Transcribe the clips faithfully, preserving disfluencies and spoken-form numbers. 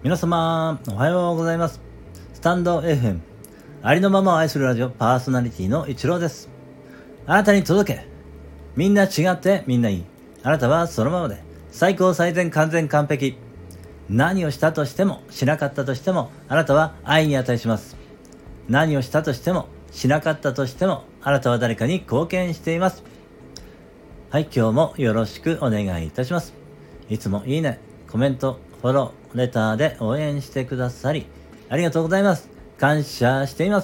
皆様おはようございます。スタンド エフエム ありのままを愛するラジオパーソナリティの一郎です。あなたに届け、みんな違ってみんないい、あなたはそのままで最高最善完全完璧。何をしたとしてもしなかったとしてもあなたは愛に値します。何をしたとしてもしなかったとしてもあなたは誰かに貢献しています。はい、今日もよろしくお願いいたします。いつもいいね、コメント、フォロー、レターで応援してくださりありがとうございます。感謝しています。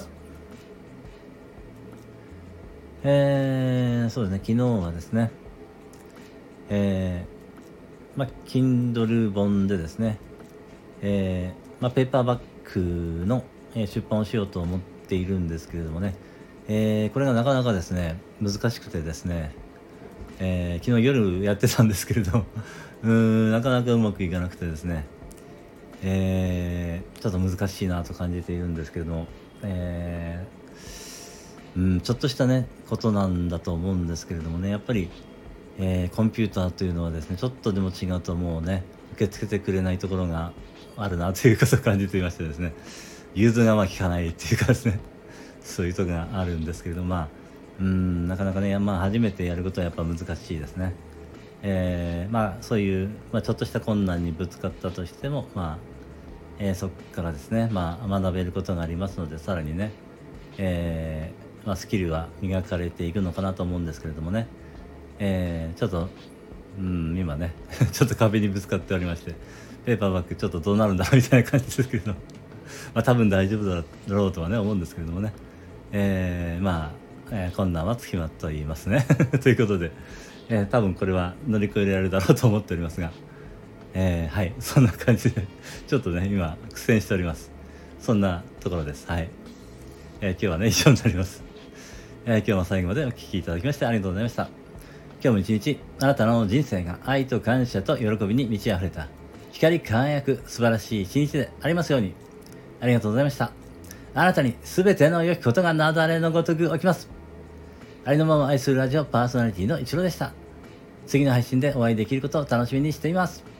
えー、そうですね、昨日はですね、えー、まあ、Kindle 本でですね、えー、まあ、ペーパーバッグの、えー出版をしようと思っているんですけれどもね、えー、これがなかなかですね、難しくてですね、えー、昨日夜やってたんですけれどうーんなかなかうまくいかなくてですね、えー、ちょっと難しいなと感じているんですけれども、えー、うんちょっとしたねことなんだと思うんですけれどもね、やっぱり、えー、コンピューターというのはですね、ちょっとでも違うともうね受け付けてくれないところがあるなということを感じていましてですね、融通がまあ効かないっていうかですねそういうとこがあるんですけれども、まあうーんなかなかね、まあ、初めてやることはやっぱ難しいですね。えー、まあそういう、まあ、ちょっとした困難にぶつかったとしても、まあえー、そこからですね、まあ、学べることがありますので、さらにね、えーまあ、スキルは磨かれていくのかなと思うんですけれどもね、えー、ちょっとうん今ねちょっと壁にぶつかっておりまして、ペーパーバッグちょっとどうなるんだろうみたいな感じですけれどまあ多分大丈夫だろうとはね思うんですけれどもね、えー、まあ、えー、困難はつきまと言いますねということで、えー、多分これは乗り越えられるだろうと思っておりますが、えー、はいそんな感じでちょっとね今苦戦しております。そんなところです。はい、えー、今日はね以上になります。えー、今日も最後までお聞きいただきましてありがとうございました。今日も一日あなたの人生が愛と感謝と喜びに満ち溢れた光り輝く素晴らしい一日でありますように。ありがとうございました。あなたに全ての良きことが雪崩のごとく起きます。ありのまま愛するラジオパーソナリティの一郎でした。次の配信でお会いできることを楽しみにしています。